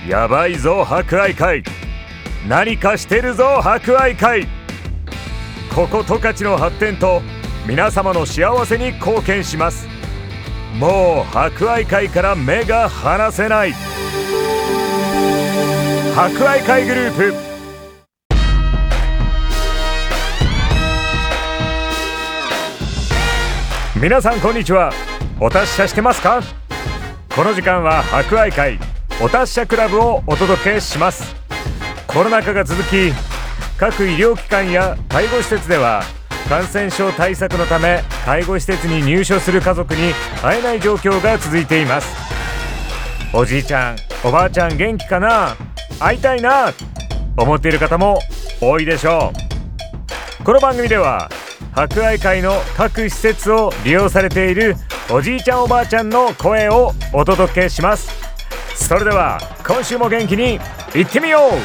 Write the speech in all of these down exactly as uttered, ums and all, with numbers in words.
やばいぞ博愛会、何かしてるぞ博愛会。ここ十勝の発展と皆様の幸せに貢献します。もう博愛会から目が離せない。博愛会グループ。皆さんこんにちは。お達者してますか？この時間は博愛会お達者クラブをお届けします。コロナ禍が続き、各医療機関や介護施設では感染症対策のため介護施設に入所する家族に会えない状況が続いています。おじいちゃんおばあちゃん元気かな、会いたいな思っている方も多いでしょう。この番組では博愛会の各施設を利用されているおじいちゃんおばあちゃんの声をお届けします。それでは今週も元気にいってみよう。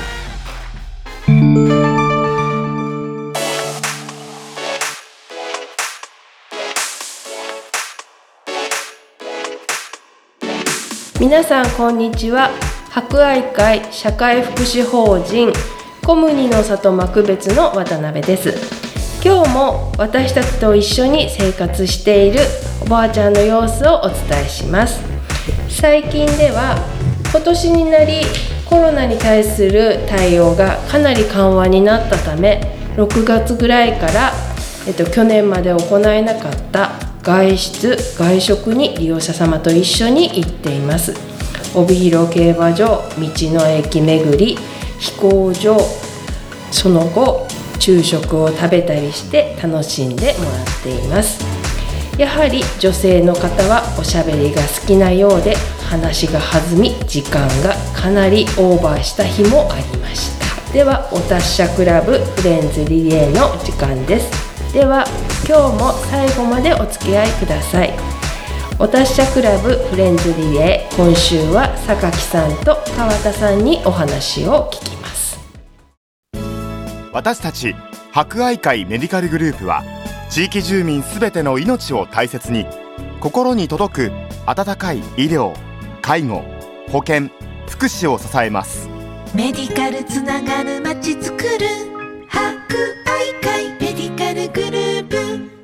皆さんこんにちは。博愛会社会福祉法人コムニの里幕別の渡辺です。今日も私たちと一緒に生活しているおばあちゃんの様子をお伝えします。最近では今年になりコロナに対する対応がかなり緩和になったため、ろくがつぐらいから、えっと、去年まで行えなかった外出外食に利用者様と一緒に行っています。帯広競馬場、道の駅巡り、飛行場、その後昼食を食べたりして楽しんでもらっています。やはり女性の方はおしゃべりが好きなようで、話が弾み時間がかなりオーバーした日もありました。ではお達者クラブフレンズリレーの時間です。では今日も最後までお付き合いください。お達者クラブフレンズリレー、今週は榊さんと川田さんにお話を聞きます。 私たち博愛会メディカルグループは、地域住民すべての命を大切に、心に届く温かい医療、介護、保健、福祉を支えます。 メディカルつながる街づくる博愛会メディカルグループ。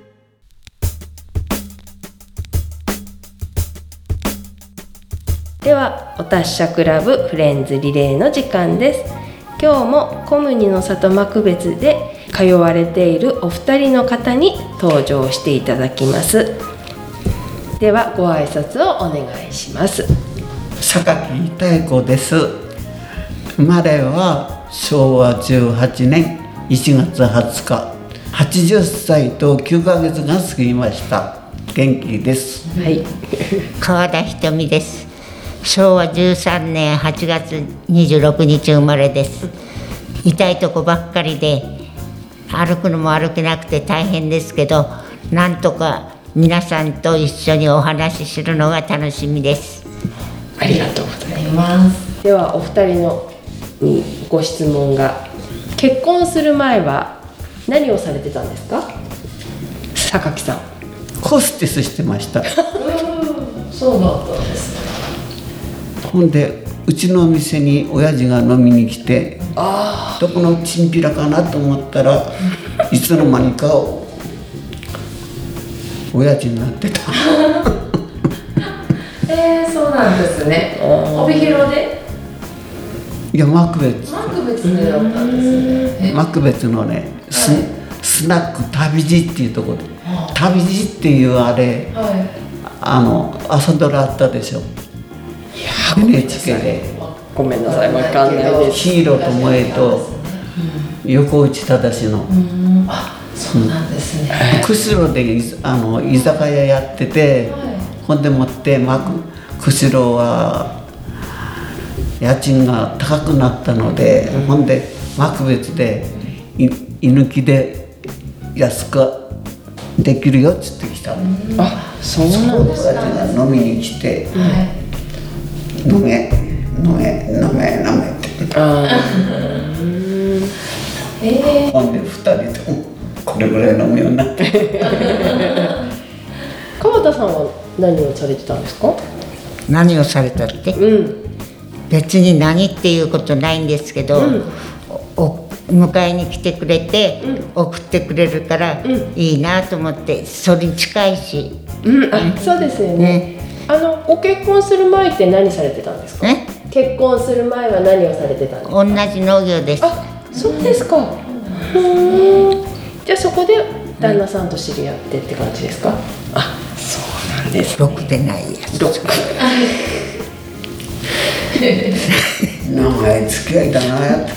ではお達者クラブフレンズリレーの時間です。今日もコムニの里幕別で通われているお二人の方に登場していただきます。ではご挨拶をお願いします。 榊妙子です。生まれはしょうわじゅうはちねんいちがつはつか、はちじゅっさいときゅうかげつが過ぎました。元気です。 はい。 川田ひとみです。しょうわじゅうさんねんはちがつにじゅうろくにち生まれです。痛いとこばっかりで歩くのも歩けなくて大変ですけど、なんとか皆さんと一緒にお話しするのが楽しみです。 ありがとうございます。ではお二人のにご質問が、結婚する前は何をされてたんですか？榊さん。 ホステスしてました。 そうだったんですね。 ほんでうちのお店に親父が飲みに来て、あどこのチンピラかなと思ったらいつの間にか親父になってた。 えー、そうなんですね。帯広で？ いや幕別。 幕別でだったんですね。 幕別のね、ス、はい、スナック旅路っていうところで、旅路っていうあれ、はい、あの朝ドラあったでしょ。エヌエイチケー で。 ごめんなさい、わかんないです。 ヒーローと萌えと横内忠の。 あ、そうなんですね。 釧路であの居酒屋やってて、はい、ほんでもって釧路は家賃が高くなったので、うん、ほんで幕別で居抜きで安くできるよっつってきた。うん、 あ、そうなんですね。 飲みに来て。はい、飲め飲め飲め飲めってあえー、ほんでふたりともこれぐらい飲むようになって川田さんは何をされてたんですか？ 何をされたって、 うん、 別に何っていうことないんですけど、うん、お迎えに来てくれて、うん、送ってくれるからいいなと思って、それに近いし、 うん、あ、そうですよね、うん、あのご結婚する前って何されてたんですか？結婚する前は何をされてたんですか？ 同じ農業です。 あ、そうですか。うん、じゃあそこで旦那さんと知り合ってって感じですか？あ、そうなんです、ね。 ろくでないやつ。ろく長い付き合いだなやって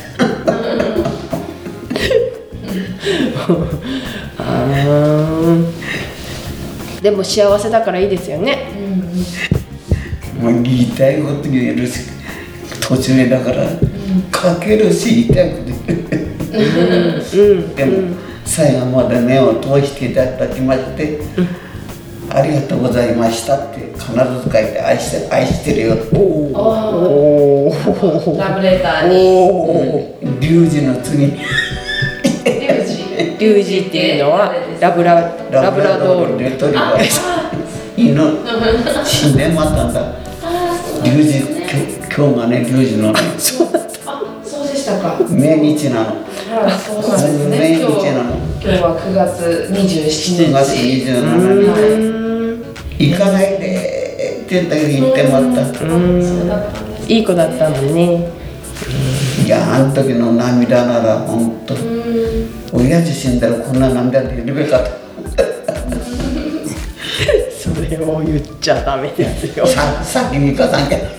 あでも幸せだからいいですよね、 うん、もう言いたいこと言えるし年上だから書けるし言いたいこと言えるでも最後まで目を通していただきまして、うん、ありがとうございましたって必ず書いて愛して愛してるよっておーラブレターにリュウジの次にリュウジっていうのはラブララブラドールレトリバー犬死んでまったんだリュウジ今日がねリュウジのねそうだったあそうでしたか命日なのあそうなんですね命日なの今日はくがつにじゅうしちにちくがつにじゅうしちにち行かないでって言ったけど言ってもらったうんいい子だったもんねいやあの時の涙なら本当親父死んだらこんな涙でいるべかとそれを言っちゃダメですよささっき美香さんけど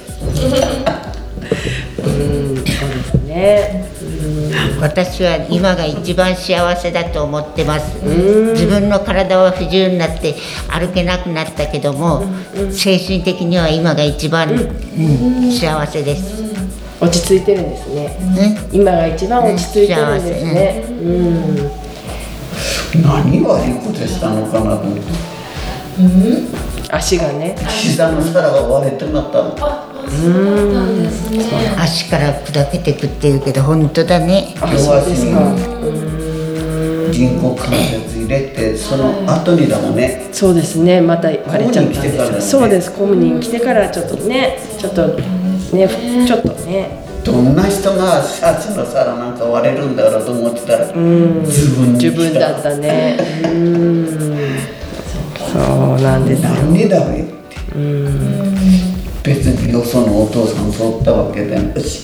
うんそうですね私は今が一番幸せだと思ってます自分の体は不自由になって歩けなくなったけども精神的には今が一番、うん、幸せです落ち着いてるんですね、うん、今が一番落ち着いてるんですね、うんうん、 何がいいことしたのかなと思って、 うん、足がね膝の皿が割れてなったのそうだったんですね足から砕けてくっていうけど本当だねあそうですか人工関節入れてその後にだもんねそうですねまた割れちゃったんですよ、ね、そうですコムに来てからちょっとねちょっとねちょっとねどんな人がシャツの皿なんか割れるんだろうと思ってたらうん自分に来た自分だったねうんそうなんですよなんでだめってうん別によそのお父さんそうったわけでもし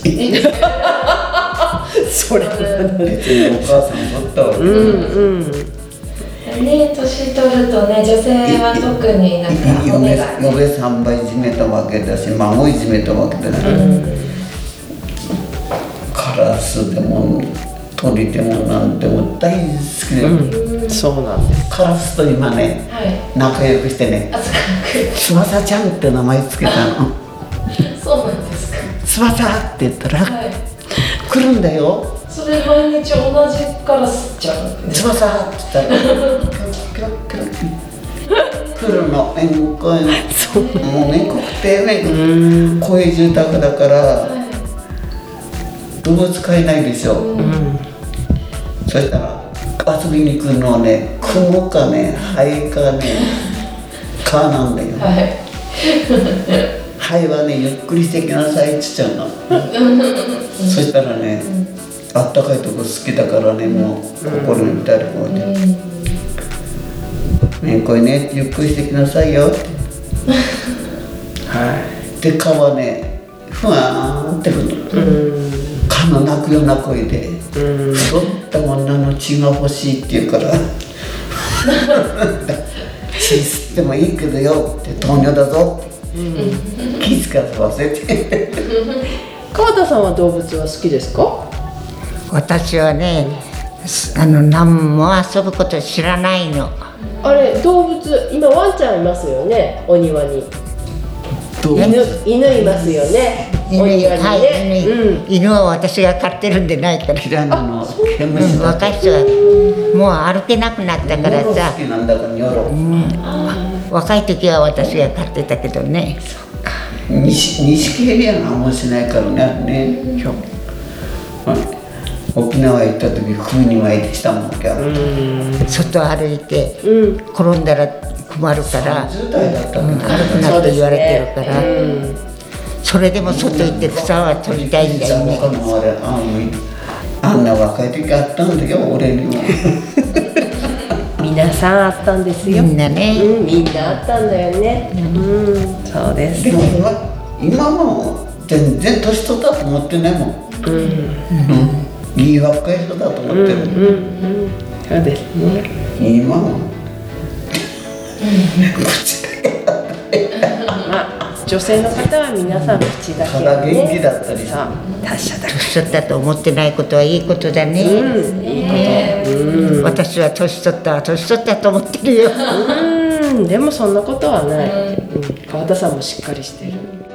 それ別にお母さんそうったわけでもうんうんね、年取るとね、女性は特になんか骨が、ね、 嫁さんばいじめたわけだし孫いじめたわけだし、うん、カラスでも鳥でもなんでも大好きで、 うん、そうなんですカラスと今ね、はい、仲良くしてね翼ちゃんって名前つけたのそうなんですか翼って言ったら、はい、来るんだよそれ毎日同じカラスちゃん翼って言ったらキラキラ来るのね向こうにもうね国定ねこういう住宅だから、はい、動物飼えないでしょ、うん、そしたら遊びに来るのはね雲かねハエかね蚊なんだよ、はい、ハエはねゆっくりしてきなさいって言っちゃうのそしたらねあったかいとこ好きだからねもう心に至る方で、ねこれねゆっくりしてきなさいよってはいで蚊はねふわーんってくるの蚊の鳴くような声で太った女の血が欲しいって言うから血吸ってもいいけどよって糖尿だぞって気遣って忘れて川田さんは動物は好きですか？ 私はねあの何も遊ぶこと知らないのあれ動物今ワンちゃんいますよねお庭に犬, 犬いますよね犬お庭にね、 はい、犬, うん、犬は私が飼ってるんでないから嫌なの毛虫、うん、若い人はもう歩けなくなったからさ好きなんだからニョロ、うん、 若い時は私が飼ってたけどね西西エリアがあんましないからね、うん、沖縄行った時冬に巻いてきたもんけ外歩いて、うん、転んだら困るからさんじゅう代だったうん、歩くなって言われてるから、ねうん、 それでも外行って草は取りたいんだよね。 あんな若い時あったんだよ、俺にも。 皆さんあったんですよ。 みんなね、 うん、みんなあったんだよね。うん、そうです。 でも今、今も全然年取ったと思ってないもん。うん、うん、いい若い人だと思ってる。うん、うん、うん、 そうですね。 今も。 女性の方は皆さん口だけ、ね、 から元気だったりさ、達者だ年取ったと思ってないことはいいことだね。うん、いいこと。うん、私は年取った年取ったと思ってるよ。 うん、でもそんなことはない。うん、川田さんもしっかりしてる。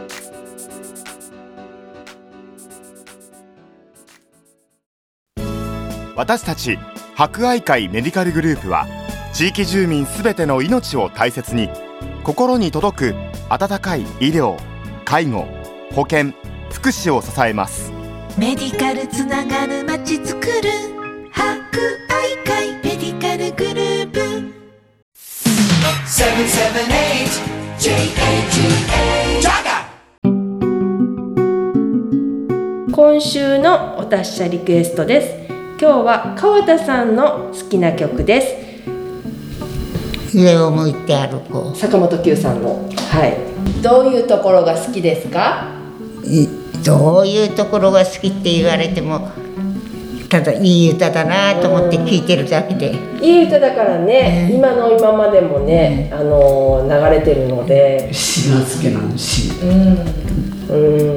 私たち博愛会メディカルグループは地域住民すべての命を大切に心に届く温かい医療、介護、保健、福祉を支えます。 メディカルつながるまちづくる博愛会メディカルグループ セブンセブンエイト ジェイエージェーエー今週のお達者リクエストです。今日は川田さんの好きな曲です。 上を向いて歩こう。 坂本九さんの、はい。どういうところが好きですか？ どういうところが好きって言われても、ただいい歌だなと思って聴いてるだけで。 いい歌だからね、うん、今の今までもね、あの流れてるので。 詩が好きなの、詩。うん。 うん。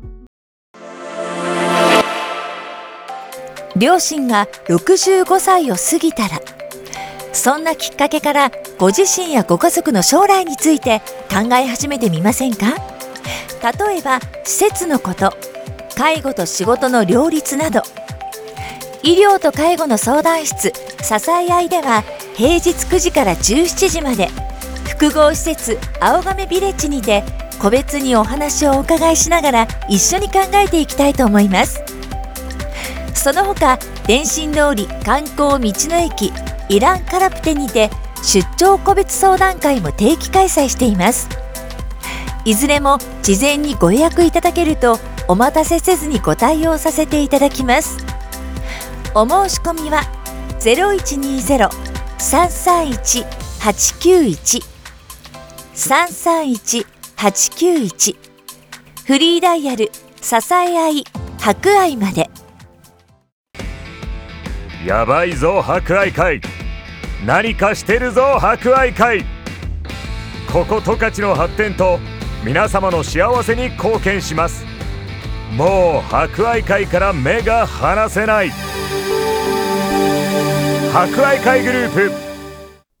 両親がろくじゅうごさいを過ぎたら、そんなきっかけからご自身やご家族の将来について考え始めてみませんか？例えば施設のこと、介護と仕事の両立など。医療と介護の相談室支え合いでは平日くじからじゅうしちじまで複合施設青亀ビレッジにて個別にお話をお伺いしながら一緒に考えていきたいと思います。その他電信通り観光道の駅イランカラプテにて出張個別相談会も定期開催しています。いずれも事前にご予約いただけるとお待たせせずにご対応させていただきます。お申し込みは ゼロいちにゼロ さんさんいち はちきゅういち さんさんいち はちきゅういち フリーダイヤル支え合い博愛まで。 やばいぞ博愛会、何かしてるぞ博愛会。ここ十勝の発展と皆様の幸せに貢献します。もう博愛会から目が離せない。博愛会グループ